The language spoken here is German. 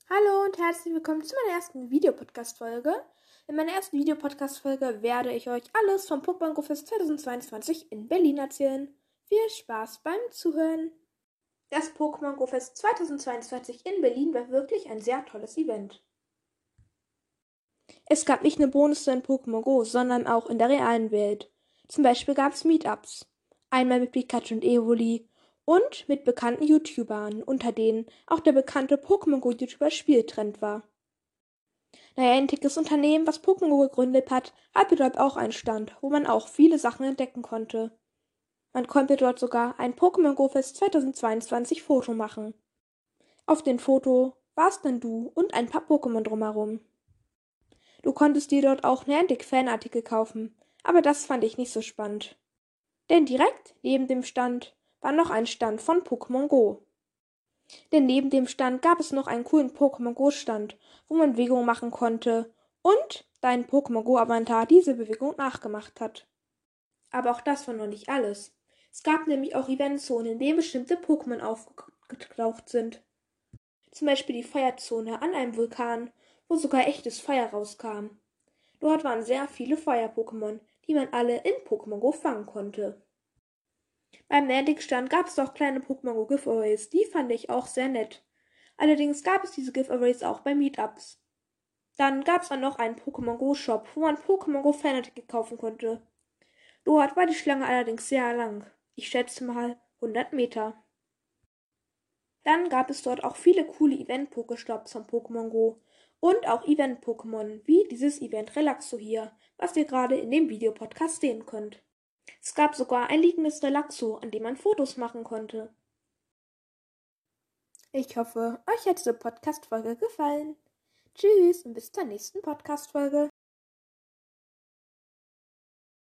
Hallo und herzlich willkommen zu meiner ersten Videopodcast-Folge. In meiner ersten Videopodcast-Folge werde ich euch alles vom Pokémon Go Fest 2022 in Berlin erzählen. Viel Spaß beim Zuhören! Das Pokémon Go Fest 2022 in Berlin war wirklich ein sehr tolles Event. Es gab nicht nur Bonus in Pokémon Go, sondern auch in der realen Welt. Zum Beispiel gab es Meetups. Einmal mit Pikachu und Evoli und mit bekannten YouTubern, unter denen auch der bekannte Pokémon Go YouTuber Spieltrend war. Ein antikes Unternehmen, was Pokémon Go gegründet hat, hatte dort auch einen Stand, wo man auch viele Sachen entdecken konnte. Man konnte dort sogar ein Pokémon Go Fest 2022 Foto machen. Auf dem Foto warst dann du und ein paar Pokémon drumherum. Du konntest dir dort auch Niantic-Fanartikel kaufen, aber das fand ich nicht so spannend. Denn direkt neben dem Stand war noch ein Stand von Pokémon Go. Denn neben dem Stand gab es noch einen coolen Pokémon Go Stand, wo man Bewegungen machen konnte und dein Pokémon Go Avatar diese Bewegung nachgemacht hat. Aber auch das war noch nicht alles. Es gab nämlich auch Eventzonen, in denen bestimmte Pokémon aufgetaucht sind. Zum Beispiel die Feuerzone an einem Vulkan, wo sogar echtes Feuer rauskam. Dort waren sehr viele Feuer-Pokémon, die man alle in Pokémon Go fangen konnte. Beim Niantic-Stand gab es auch kleine Pokémon Go Giveaways, die fand ich auch sehr nett. Allerdings gab es diese Giveaways auch bei Meetups. Dann gab es auch noch einen Pokémon Go Shop, wo man Pokémon Go Fanartikel kaufen konnte. Dort war die Schlange allerdings sehr lang. Ich schätze mal 100 Meter. Dann gab es dort auch viele coole Event-Pokestops von Pokémon Go und auch Event-Pokémon, wie dieses Event Relaxo hier, was ihr gerade in dem Videopodcast sehen könnt. Es gab sogar ein liegendes Relaxo, an dem man Fotos machen konnte. Ich hoffe, euch hat diese Podcast-Folge gefallen. Tschüss und bis zur nächsten Podcast-Folge.